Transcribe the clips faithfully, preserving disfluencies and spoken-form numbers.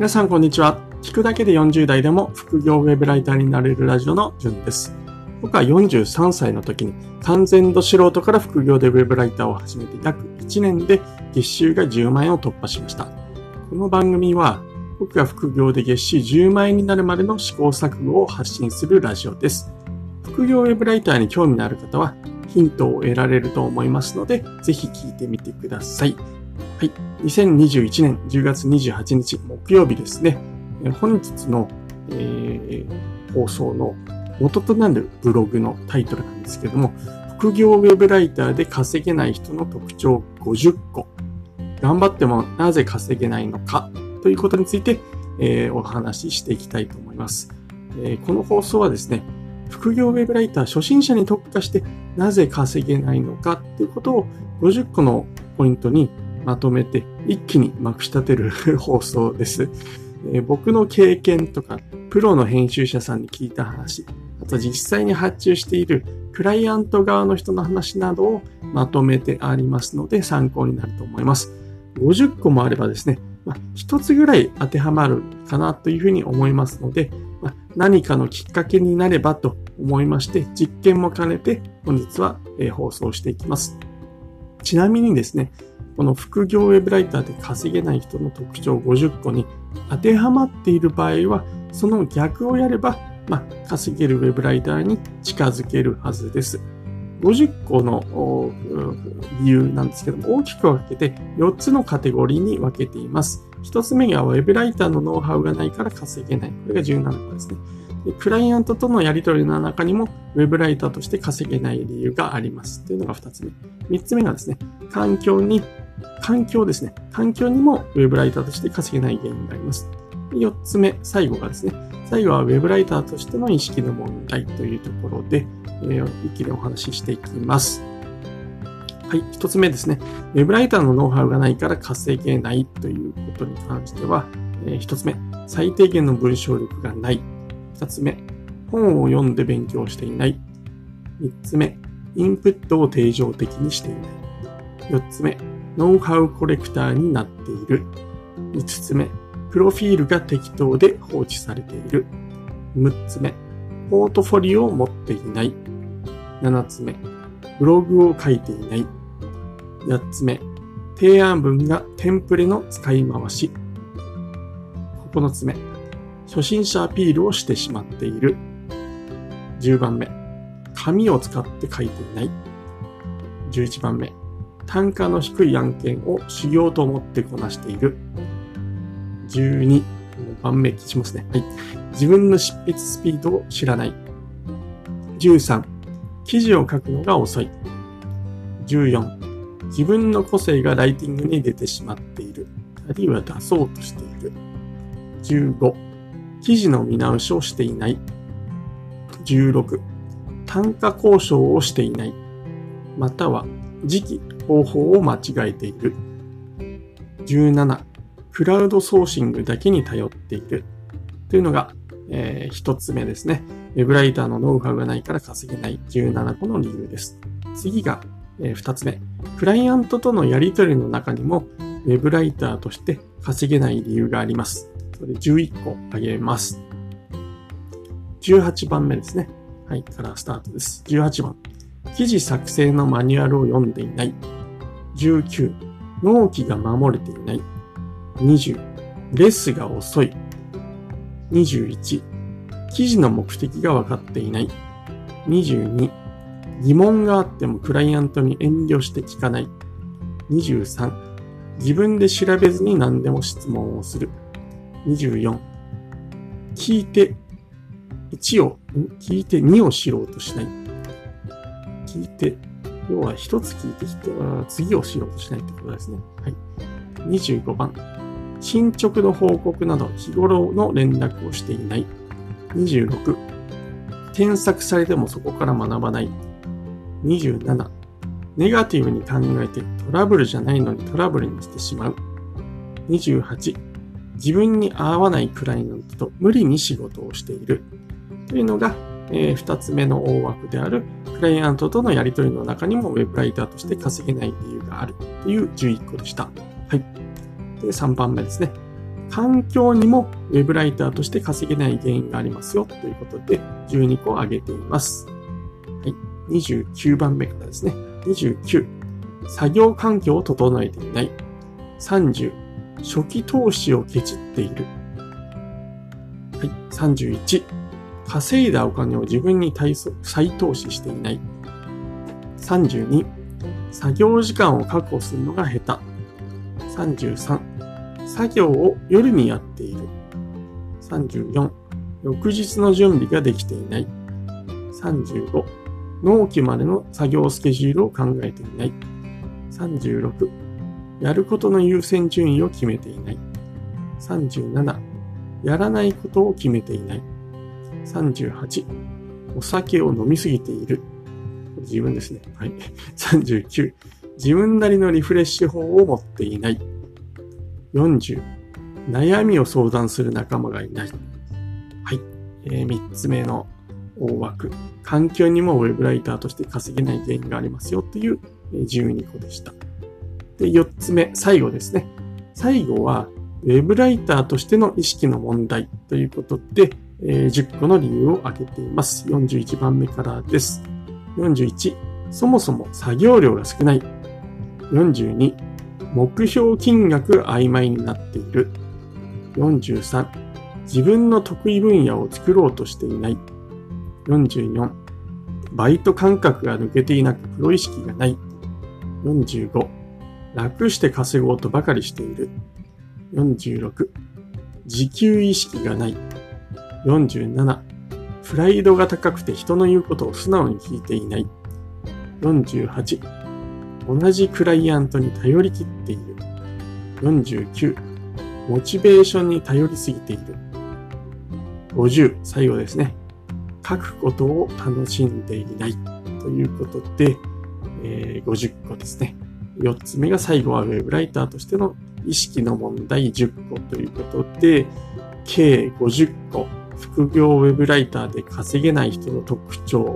皆さんこんにちは。聞くだけでよんじゅう代でも副業ウェブライターになれるラジオのじゅんです。僕はよんじゅうさんさいの時に完全度素人から副業でウェブライターを始めて約いちねんで月収がじゅうまんえんを突破しました。この番組は僕が副業で月収じゅうまんえんになるまでの試行錯誤を発信するラジオです。副業ウェブライターに興味のある方はヒントを得られると思いますので、ぜひ聞いてみてください。はい。にせんにじゅういちねんじゅうがつにじゅうはちにち木曜日ですね。本日の、えー、放送の元となるブログのタイトルなんですけれども、副業ウェブライターで稼げない人の特徴ごじゅっこ。頑張ってもなぜ稼げないのかということについて、えー、お話ししていきたいと思います、えー。この放送はですね、副業ウェブライター初心者に特化してなぜ稼げないのかということをごじゅっこのポイントにまとめて一気にまくし立てる放送です、えー。僕の経験とかプロの編集者さんに聞いた話、あと実際に発注しているクライアント側の人の話などをまとめてありますので参考になると思います。ごじゅっこもあればですね、まあ、一つぐらい当てはまるかなというふうに思いますので、まあ、何かのきっかけになればと思いまして実験も兼ねて本日は、えー、放送していきます。ちなみにですね、この副業ウェブライターで稼げない人の特徴ごじゅっこに当てはまっている場合は、その逆をやれば、まあ、稼げるウェブライターに近づけるはずです。ごじゅっこの理由なんですけども、大きく分けてよっつのカテゴリーに分けています。ひとつめがウェブライターのノウハウがないから稼げない。これがじゅうななこですね。でクライアントとのやり取りの中にもウェブライターとして稼げない理由がありますというのがふたつめ。みっつめがですね、環境に、環境ですね。環境にもウェブライターとして稼げない原因があります。でよっつめ、最後がですね、最後はウェブライターとしての意識の問題というところで、えー、一気にお話ししていきます。はい、ひとつめですね。ウェブライターのノウハウがないから稼げないということに関しては、えー、ひとつめ、最低限の文章力がない。ふたつめ、本を読んで勉強していない。みっつめ、インプットを定常的にしていない。よっつめ、ノウハウコレクターになっている。いつつめ、プロフィールが適当で放置されている。むっつめ、ポートフォリオを持っていない。ななつめ、ブログを書いていない。はちつめ、提案文がテンプレの使い回し。ここのつめ、初心者アピールをしてしまっている。じゅうばんめ、紙を使って書いていない。じゅういちばんめ、単価の低い案件を修行と思ってこなしている。じゅうにばんめしますね。はい。自分の執筆スピードを知らない。じゅうさん、記事を書くのが遅い。じゅうよん、自分の個性がライティングに出てしまっている。あるいは出そうとしている。じゅうご、記事の見直しをしていない。じゅうろく、単価交渉をしていない。または時期、方法を間違えている。じゅうなな、クラウドソーシングだけに頼っている。というのが、えー、一つ目ですね。ウェブライターのノウハウがないから稼げないじゅうななこの理由です。次が、えー、二つ目。クライアントとのやり取りの中にもウェブライターとして稼げない理由があります。それじゅういっこ挙げます。じゅうはちばんめですね。はい、からスタートです。じゅうはちばん。記事作成のマニュアルを読んでいない。じゅうきゅう、納期が守れていない。にじゅう、レスが遅い。にじゅういち、記事の目的が分かっていない。にじゅうに、疑問があってもクライアントに遠慮して聞かない。にじゅうさん、自分で調べずに何でも質問をする。にじゅうよん、聞いていちを、聞いてにを知ろうとしない。聞いて、要は一つ聞いて次を知ろうとしないってことですね。はい。にじゅうごばん、進捗の報告など日頃の連絡をしていない。にじゅうろく、添削されてもそこから学ばない。にじゅうなな、ネガティブに考えてトラブルじゃないのにトラブルにしてしまう。にじゅうはち、自分に合わないクライアントと無理に仕事をしている。というのが、えー、ふたつめの大枠であるクライアントとのやり取りの中にもウェブライターとして稼げない理由があるというじゅういっこでした。はい。で、さんばんめですね。 環境にもウェブライターとして稼げない原因がありますよということでじゅうにこ挙げています。はい。にじゅうきゅうばんめからですね。にじゅうきゅう、作業環境を整えていない。さんじゅう、初期投資をケチっている。はい。さんじゅういち、稼いだお金を自分に再投資していない。さんじゅうに、作業時間を確保するのが下手。さんじゅうさん、作業を夜にやっている。さんじゅうよん、翌日の準備ができていない。さんじゅうご、納期までの作業スケジュールを考えていない。さんじゅうろく、やることの優先順位を決めていない。さんじゅうなな、やらないことを決めていない。さんじゅうはち、お酒を飲みすぎている。自分ですね。はい。さんじゅうきゅう、自分なりのリフレッシュ法を持っていない。よんじゅう、悩みを相談する仲間がいない。はい。えー、みっつめの大枠。環境にもウェブライターとして稼げない原因がありますよというじゅうにこでした。で、よっつめ、最後ですね。最後は、ウェブライターとしての意識の問題ということで、えー、じゅっこの理由を挙げています。よんじゅういちばんめからです。よんじゅういち、そもそも作業量が少ない。よんじゅうに、目標金額曖昧になっている。よんじゅうさん、自分の得意分野を作ろうとしていない。よんじゅうよん、バイト感覚が抜けていなくプロ意識がない。よんじゅうご、楽して稼ごうとばかりしている。よんじゅうろく、自給意識がない。よんじゅうなな、プライドが高くて人の言うことを素直に聞いていない。よんじゅうはち、同じクライアントに頼り切っている。よんじゅうきゅう、モチベーションに頼りすぎている。ごじゅう、最後ですね。書くことを楽しんでいないということで、えー、ごじゅっこですね。よっつめが最後はウェブライターとしての意識の問題じゅっこということで、計ごじゅっこ、副業ウェブライターで稼げない人の特徴を、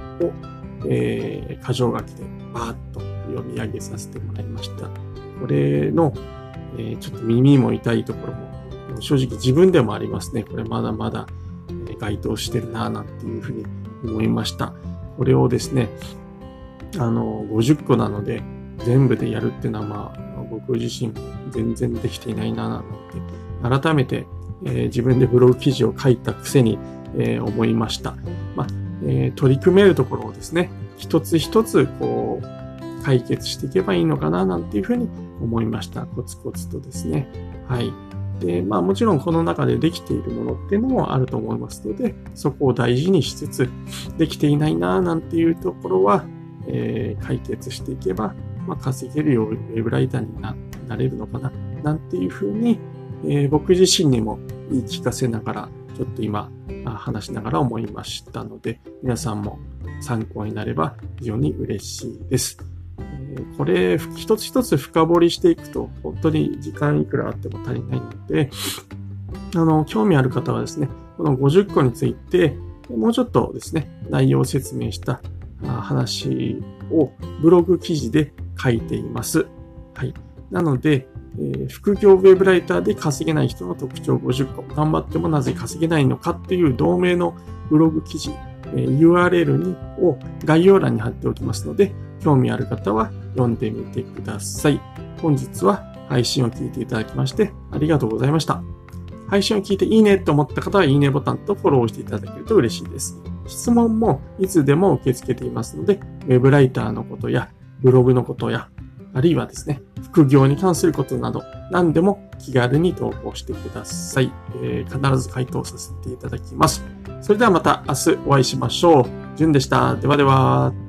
えー、箇条書きでバーッと読み上げさせてもらいました。これの、えー、ちょっと耳も痛いところも正直自分でもありますね。これまだまだ、えー、該当してるなぁなんていうふうに思いました。これをですね、あの、ごじゅっこなので全部でやるっていうのはまあ僕自身も全然できていないなぁなんて改めて、えー、自分でブログ記事を書いたくせに、えー、思いました。まあえー、取り組めるところをですね、一つ一つこう解決していけばいいのかななんていうふうに思いました。コツコツとですね。はい。で、まあもちろんこの中でできているものっていうのもあると思いますので、そこを大事にしつつ、できていないななんていうところは、えー、解決していけば、まあ、稼げるようウェブライターに な, なれるのかななんていうふうに、えー、僕自身にも言い聞かせながら、ちょっと今話しながら思いましたので、皆さんも参考になれば非常に嬉しいです。これ一つ一つ深掘りしていくと本当に時間いくらあっても足りないので、あの興味ある方はですね、このごじゅっこについてもうちょっとですね、内容を説明した話をブログ記事で書いています。はい。なので、えー、副業ウェブライターで稼げない人の特徴ごじゅっこ、頑張ってもなぜ稼げないのかっていう同名のブログ記事、えー、ユーアールエル にを概要欄に貼っておきますので、興味ある方は読んでみてください。本日は配信を聞いていただきましてありがとうございました。配信を聞いていいねと思った方はいいねボタンとフォローしていただけると嬉しいです。質問もいつでも受け付けていますので、ウェブライターのことやブログのことや、あるいはですね、副業に関することなど何でも気軽に投稿してください。えー、必ず回答させていただきます。それではまた明日お会いしましょう。じゅんでした。ではでは。